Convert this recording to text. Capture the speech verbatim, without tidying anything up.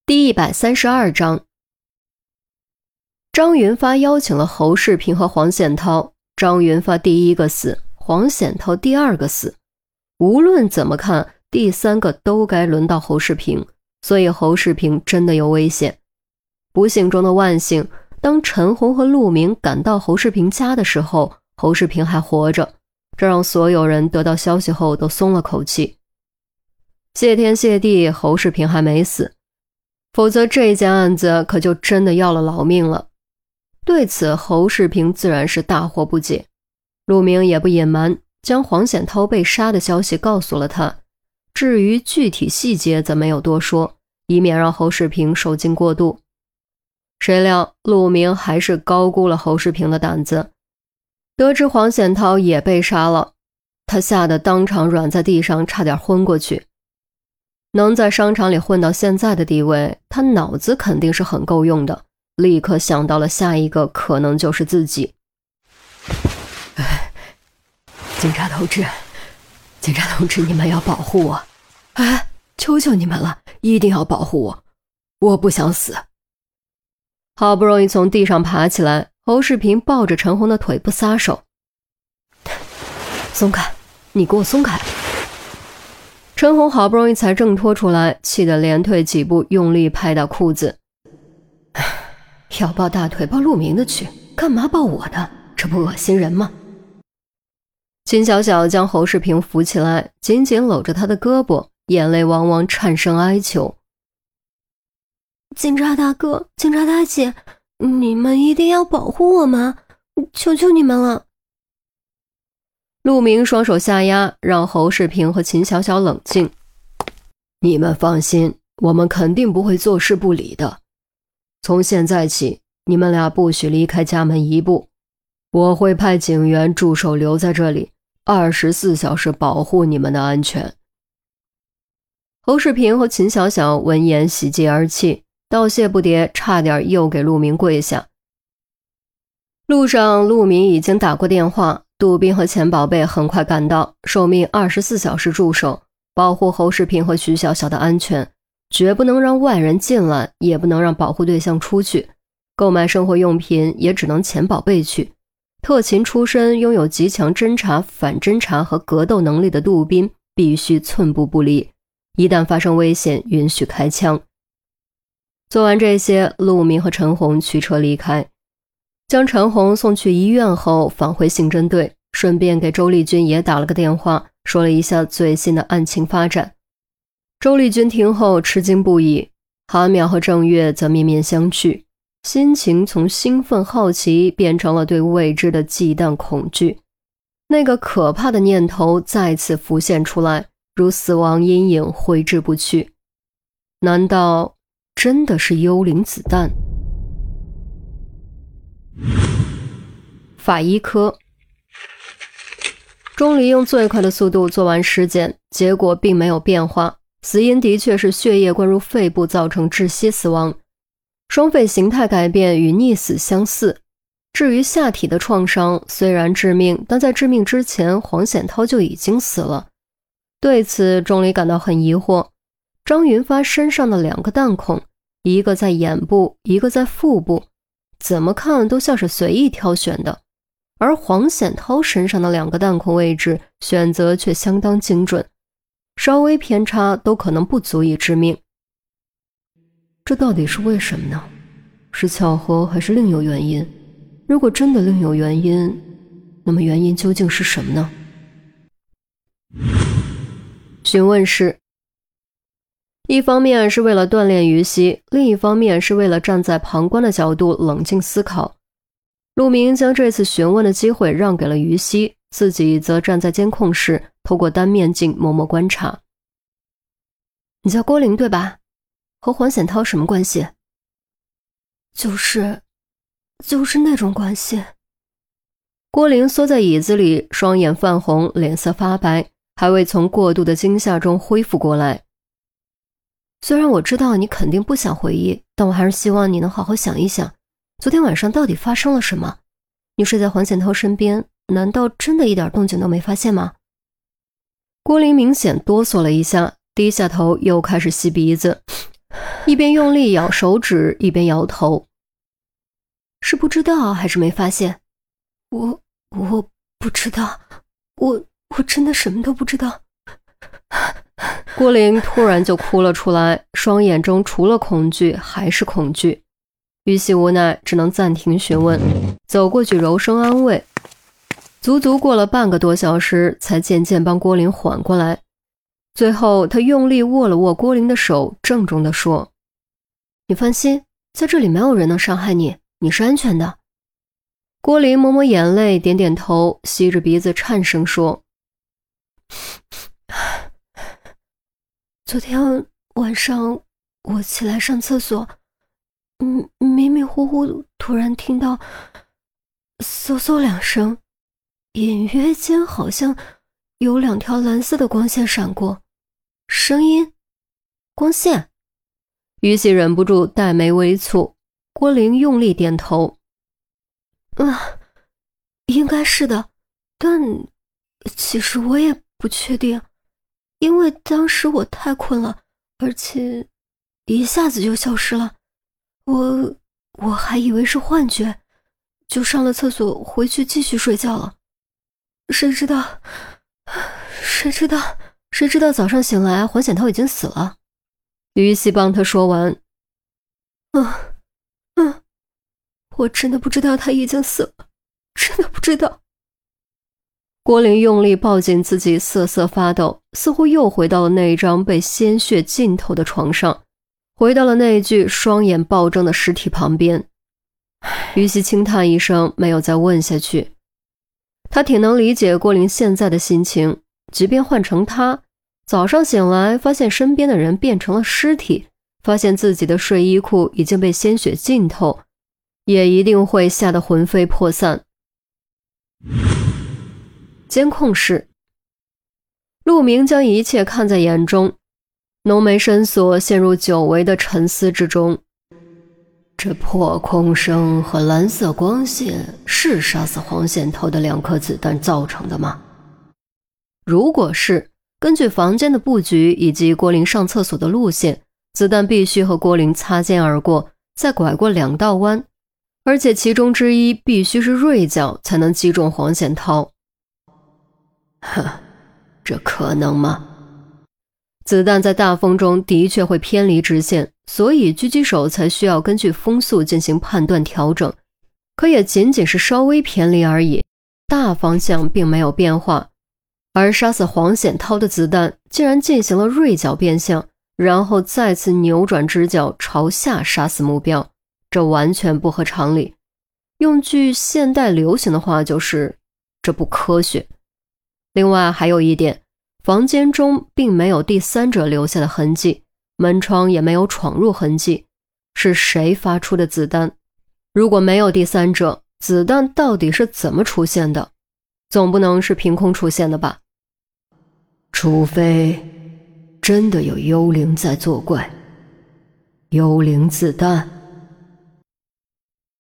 第一百三十二章，张云发邀请了侯世平和黄显涛，张云发第一个死，黄显涛第二个死。无论怎么看，第三个都该轮到侯世平，所以侯世平真的有危险。不幸中的万幸，当陈红和陆明赶到侯世平家的时候，侯世平还活着，这让所有人得到消息后都松了口气。谢天谢地，侯世平还没死，否则这件案子可就真的要了老命了。对此侯世平自然是大惑不解，陆明也不隐瞒，将黄显涛被杀的消息告诉了他，至于具体细节则没有多说，以免让侯世平受惊过度。谁料陆明还是高估了侯世平的胆子，得知黄显涛也被杀了，他吓得当场软在地上，差点昏过去。能在商场里混到现在的地位，他脑子肯定是很够用的，立刻想到了下一个可能就是自己。警察同志，警察同志，你们要保护我，哎，求求你们了，一定要保护我，我不想死。好不容易从地上爬起来，侯世平抱着陈红的腿不撒手。松开，你给我松开。陈红好不容易才挣脱出来，气得连退几步，用力拍打裤子。要抱大腿抱陆明的去，干嘛抱我的？这不恶心人吗？秦小小将侯世平扶起来，紧紧搂着他的胳膊，眼泪汪汪，颤声哀求。 警察大哥，警察大姐，你们一定要保护我们，求求你们了。 陆明双手下压，让侯世平和秦小小冷静。你们放心，我们肯定不会坐视不理的。从现在起，你们俩不许离开家门一步，我会派警员驻守留在这里，二十四小时保护你们的安全。侯世平和秦小小闻言喜极而泣，道谢不迭，差点又给陆明跪下。路上陆明已经打过电话，杜宾和钱宝贝很快赶到，受命二十四小时驻守，保护侯世平和徐小小的安全，绝不能让外人进来，也不能让保护对象出去。购买生活用品也只能钱宝贝去。特勤出身，拥有极强侦查、反侦查和格斗能力的杜宾必须寸步不离，一旦发生危险，允许开枪。做完这些，陆明和陈红驱车离开，将陈红送去医院后返回刑侦队，顺便给周丽君也打了个电话，说了一下最新的案情发展。周丽君听后吃惊不已，韩淼和郑月则面面相觑，心情从兴奋好奇变成了对未知的忌惮恐惧。那个可怕的念头再次浮现出来，如死亡阴影挥之不去。难道真的是幽灵子弹？法医科，钟离用最快的速度做完尸检，结果并没有变化，死因的确是血液灌入肺部造成窒息死亡，双肺形态改变与溺死相似。至于下体的创伤，虽然致命，但在致命之前黄显涛就已经死了。对此钟离感到很疑惑，张云发身上的两个弹孔，一个在眼部，一个在腹部，怎么看都像是随意挑选的，而黄显涛身上的两个弹孔位置选择却相当精准，稍微偏差都可能不足以致命。这到底是为什么呢？是巧合还是另有原因？如果真的另有原因，那么原因究竟是什么呢？询问室，一方面是为了锻炼于西，另一方面是为了站在旁观的角度冷静思考。陆明将这次询问的机会让给了于西，自己则站在监控室，透过单面镜默默观察。你叫郭玲对吧？和黄显涛什么关系？ 就是就是那种关系。 郭玲缩在椅子里，双眼泛红，脸色发白，还未从过度的惊吓中恢复过来。虽然我知道你肯定不想回忆，但我还是希望你能好好想一想，昨天晚上到底发生了什么？你睡在黄显涛身边，难道真的一点动静都没发现吗？郭玲明显哆嗦了一下，低下头又开始吸鼻子。 一边用力咬手指，一边摇头。 是不知道还是没发现？我我不知道，我我真的什么都不知道。 郭玲突然就哭了出来，双眼中除了恐惧还是恐惧。于西无奈只能暂停询问，走过去柔声安慰。足足过了半个多小时，才渐渐帮郭玲缓过来。最后他用力握了握郭玲的手，郑重地说：你放心，在这里没有人能伤害你，你是安全的。郭玲抹抹眼泪，点点头，吸着鼻子颤声说： 昨天晚上我起来上厕所，嗯，迷迷糊糊突然听到嗖嗖两声，隐约间好像有两条蓝色的光线闪过。声音？光线？ 于西忍不住黛眉微蹙，郭玲用力点头。 啊，应该是的，但其实我也不确定，因为当时我太困了，而且一下子就消失了。我我还以为是幻觉，就上了厕所回去继续睡觉了。谁知道，谁知道， 谁知道早上醒来黄显涛已经死了。于西帮他说完。 嗯嗯，我真的不知道他已经死了，真的不知道。 郭玲用力抱紧自己，瑟瑟发抖，似乎又回到了那一张被鲜血浸透的床上，回到了那一具双眼暴睁的尸体旁边。于西轻叹一声，没有再问下去。他挺能理解郭玲现在的心情，即便换成他，早上醒来发现身边的人变成了尸体，发现自己的睡衣裤已经被鲜血浸透，也一定会吓得魂飞魄散。监控室，陆明将一切看在眼中，浓眉深锁，陷入久违的沉思之中。这破空声和蓝色光线是杀死黄显涛的两颗子弹造成的吗？如果是，根据房间的布局以及郭玲上厕所的路线，子弹必须和郭玲擦肩而过，再拐过两道弯，而且其中之一必须是锐角才能击中黄显涛。呵，这可能吗？子弹在大风中的确会偏离直线，所以狙击手才需要根据风速进行判断调整，可也仅仅是稍微偏离而已，大方向并没有变化。而杀死黄显涛的子弹竟然进行了锐角变向，然后再次扭转直角朝下杀死目标，这完全不合常理。用句现代流行的话就是这不科学。另外还有一点，房间中并没有第三者留下的痕迹，门窗也没有闯入痕迹，是谁发出的子弹？如果没有第三者，子弹到底是怎么出现的？总不能是凭空出现的吧？除非真的有幽灵在作怪。幽灵子弹。